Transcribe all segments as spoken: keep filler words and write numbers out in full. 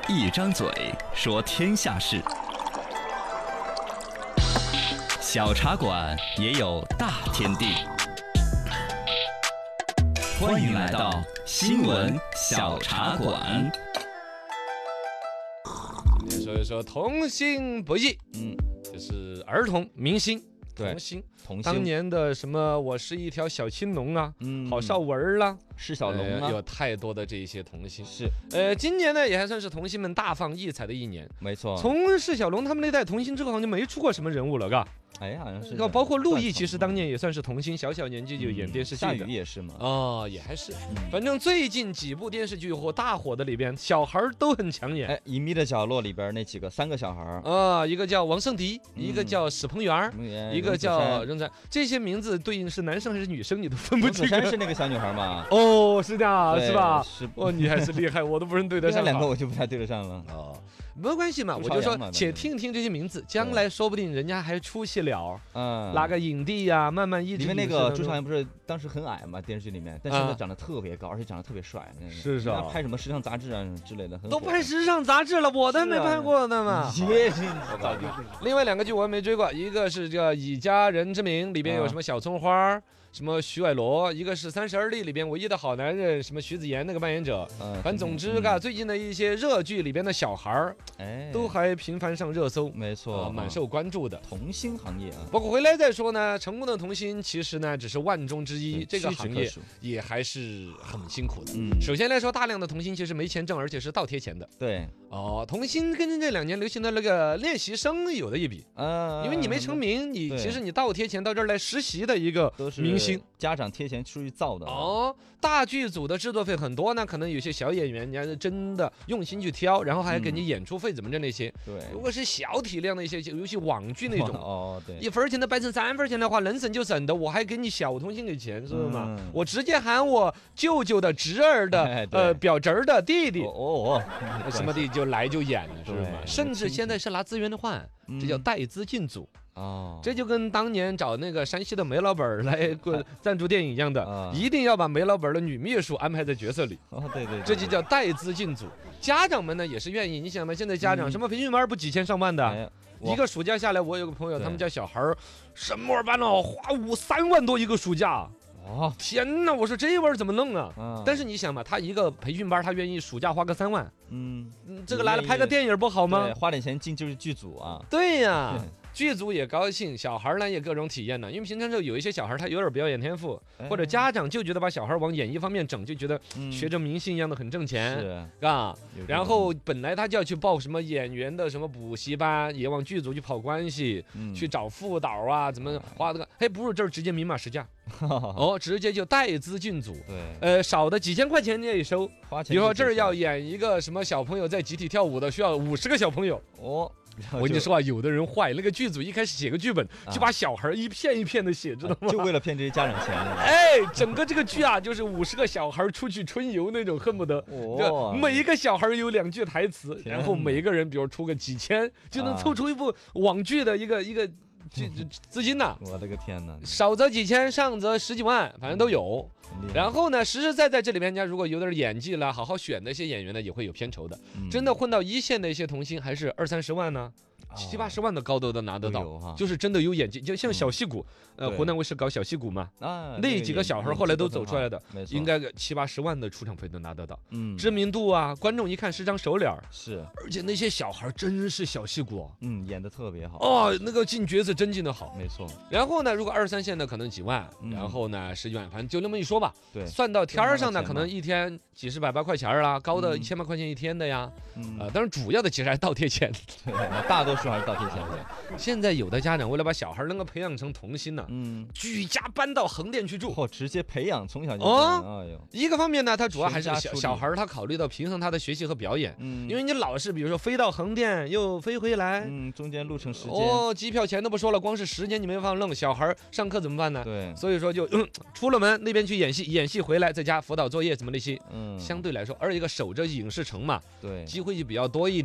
一张嘴说天下事，小茶馆也有大天地。欢迎来到新闻小茶馆。 今天说一说童星不易，嗯，就是儿童明星。童星， 童星， 当年的什么我是一条小青龙啊， 嗯， 郝邵文啦， 释小龙啊、 呃，有太多的这一些童星。 是， 呃，今年呢也还算是童星们大放异彩的一年。 没错， 从释小龙他们那代童星之后，好像就没出过什么人物了，嘎。 哎，好像是。 包括陆毅，其实当年也算是童星，小小年纪就演电视剧的。 夏雨也是嘛。 哦，也还是。 嗯、 反正最近几部电视剧火大火的里边，小孩都很抢眼。 哎，隐秘的角落里边那几个，三个小孩儿啊，一个叫王圣迪， 嗯、 一个叫史鹏元，嗯、一个叫任山。这些名字对应是男生还是女生，你都分不清。 任山是那个小女孩吗？ 哦，是这样，是吧？ 是。 哦，你还是厉害，我都不能对得上。 两个我就不太对得上了。 哦。没关系嘛，我就说，且听听这些名字，将来说不定人家还出戏了，嗯，拿个影帝呀，慢慢一直。 里面那个朱朝阳不是当时很矮嘛，电视剧里面，但现在长得特别高，而且长得特别帅。 是是。 拍什么时尚杂志啊之类的， 都拍时尚杂志了，我都还没拍过呢嘛。 谢谢你。 另外两个剧我还没追过，一个是叫《以家人之名》，里边有什么小葱花。什么徐伟罗，一个是《三十而立》里边唯一的好男人，什么徐子言那个扮演者。嗯，反正总之，嘎、嗯，最近的一些热剧里边的小孩儿，哎，都还频繁上热搜， 没错， 蛮、呃、受关注的。 童星行业啊， 包括回来再说呢，成功的童星其实呢只是万中之一，这个行业也还是很辛苦的。嗯，首先来说，大量的童星其实没钱挣，而且是倒贴钱的。 对， 哦，童星跟这两年流行的那个练习生有的一比。啊，因为你没成名，你其实你倒贴钱到这儿来实习的一个明星。 家长贴钱出去造的哦，大剧组的制作费很多呢，可能有些小演员人家是真的用心去挑，然后还给你演出费怎么着那些。 对、嗯， 如果是小体量的一些，尤其网剧那种， 哦，对， 一分钱的掰成三分钱的话，能省就省的，我还给你小童星给钱，是不是嘛？嗯、我直接喊我舅舅的侄儿的，哎、呃，表侄儿的弟弟， 哦哦，什么的就来就演了，是不是嘛？甚至现在是拿资源的换，这叫带资进组。哦，这就跟当年找那个山西的煤老板来赞助电影一样的，啊、一定要把煤老板的女秘书安排在角色里。 哦，对 对, 对， 这就叫带资进组。家长们呢也是愿意，你想嘛，现在家长、嗯、什么培训班不几千上万的，哎、一个暑假下来，我有个朋友，他们家小孩什么玩意儿哦，花五三万多一个暑假。哦，天哪！我说这玩意儿怎么弄啊？啊但是你想嘛，他一个培训班，他愿意暑假花个三万，嗯，这个拿来拍个电影不好吗？ 花点钱进就是剧组啊。 对呀。剧组也高兴，小孩呢也各种体验呢。因为平常就有一些小孩他有点表演天赋，哎、或者家长就觉得把小孩往演艺方面整，就觉得学着明星一样的很挣钱，是啊。然后本来他就要去报什么演员的什么补习班，也往剧组去跑关系，嗯、去找副导啊，怎么花这个？嘿，不如这儿直接明码实价，哦，直接就带资进组。对，呃，少的几千块钱你也收。比如说这儿要演一个什么小朋友在集体跳舞的，需要五十个小朋友。哦。我跟你说啊，有的人坏，那个剧组一开始写个剧本，啊、就把小孩一片一片的写，知道吗？ 就为了骗这些家长钱。 哎，整个这个剧啊，就是五十个小孩出去春游那种，恨不得，哦、每一个小孩有两句台词，然后每一个人比如出个几千，就能凑出一部网剧的一个、啊、一个。这资金呐， 我的个天呐， 少则几千，上则十几万，反正都有。然后呢，实实在在这里面，人家如果有点演技了，好好选的一些演员呢，也会有片酬的。嗯、真的混到一线的一些童星，还是二三十万呢。七八十万的高度都拿得到，就是真的有演技，就像小戏骨，呃，湖南卫视搞小戏骨嘛，那几个小孩后来都走出来的，应该七八十万的出场费都拿得到，嗯，知名度啊，观众一看是张熟脸， 是， 而且那些小孩真是小戏骨， 嗯，演得特别好， 哦，那个进角色真进得好， 没错。 然后呢，如果二三线的可能几万，然后呢十几万，反正就那么一说吧， 对， 算到天儿上呢，可能一天几十百八块钱啦，高的一千八块钱一天的呀，呃，当然主要的其实还是倒贴钱， 大多数还是倒贴钱。 现在有的家长为了把小孩能够培养成童星呢，嗯，举家搬到横店去住， 哦，直接培养从小就哦， 哎呦，一个方面呢，他主要还是小小孩，他考虑到平衡他的学习和表演，嗯，因为你老是比如说飞到横店又飞回来， 嗯，中间路程时间， 哦，机票钱都不说了，光是时间你没办法弄，小孩上课怎么办呢？ 对， 所以说就、嗯、出了门那边去演戏，演戏回来在家辅导作业怎么那些，嗯，相对来说，而一个守着影视城嘛， 对， 机会就比较多一点。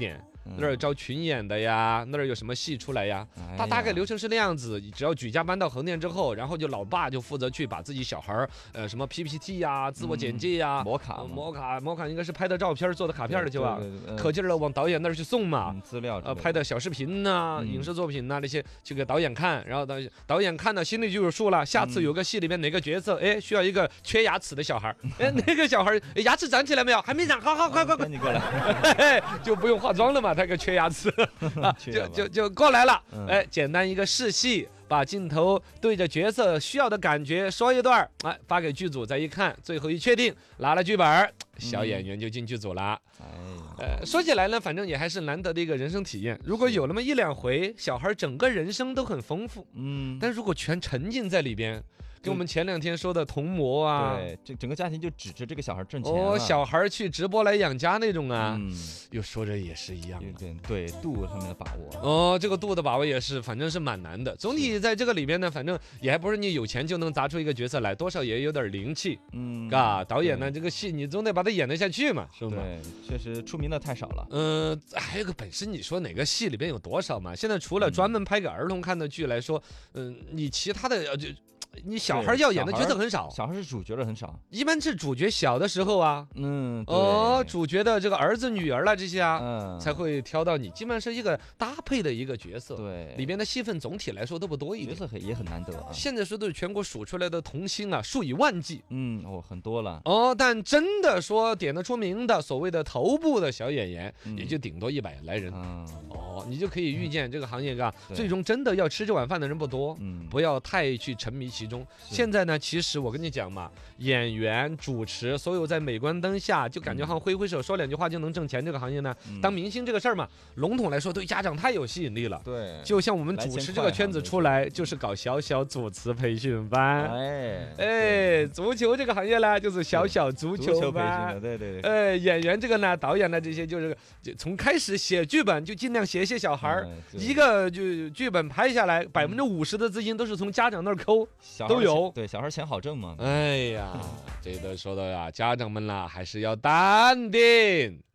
那儿招群演的呀，那儿有什么戏出来呀？大大概流程是那样子，只要举家搬到横店之后，然后就老爸就负责去把自己小孩儿呃什么 P P T 呀、自我简介呀、 摩卡摩卡摩卡应该是拍的照片做的卡片的去吧，可劲儿的往导演那儿去送嘛， 资料呃拍的小视频呐、影视作品呐那些去给导演看，然后导导演看了心里就有数了，下次有个戏里面哪个角色哎需要一个缺牙齿的小孩儿，哎那个小孩儿牙齿长起来没有？还没长，好好快快快， 你过来， 就不用化妆了嘛，他个缺牙齿啊，就就就过来了，哎，简单一个试戏。把镜头对着角色需要的感觉说一段，哎，发给剧组，再一看，最后一确定拿了剧本，小演员就进剧组了。 哎， 呃，说起来呢，反正也还是难得的一个人生体验。如果有那么一两回，小孩整个人生都很丰富，嗯，但如果全沉浸在里边。跟我们前两天说的童模啊， 对，这整个家庭就指着这个小孩挣钱哦，小孩去直播来养家那种啊， 嗯， 又说着也是一样的， 对对，度上面的把握， 哦，这个度的把握也是，反正是蛮难的。总体在这个里边呢，反正也还不是你有钱就能砸出一个角色来，多少也有点灵气，嗯，嘎，导演呢这个戏你总得把它演得下去嘛，是吧？ 对，确实出名的太少了。 嗯，还有个本身，你说哪个戏里边有多少嘛？现在除了专门拍给儿童看的剧来说，嗯，你其他的呃就。你小孩要演的角色很少， 小孩是主角的很少， 一般是主角小的时候啊，嗯，哦，主角的这个儿子女儿啦这些啊，嗯，才会挑到你，基本上是一个搭配的一个角色， 对， 里边的戏份总体来说都不多一点， 角色很也很难得啊。 现在说都是全国数出来的童星啊，数以万计， 嗯，哦，很多了， 哦，但真的说点得出名的所谓的头部的小演员，也就顶多一百来人，哦，你就可以预见这个行业啊，最终真的要吃这碗饭的人不多，嗯，不要太去沉迷其中。现在呢，其实我跟你讲嘛，演员、主持，所有在镁光灯下就感觉好像挥挥手说两句话就能挣钱这个行业呢，当明星这个事儿嘛，笼统来说对家长太有吸引力了。 对， 就像我们主持这个圈子出来，就是搞小小主持培训班。哎哎，足球这个行业呢，就是小小足球班。 对对对。 哎，演员这个呢，导演呢这些就是就从开始写剧本就尽量写写小孩儿，一个就剧本拍下来，百分之五十的资金都是从家长那儿抠，都有。 对，小孩钱好挣嘛。 哎呀，这都说到呀，家长们啦，还是要淡定。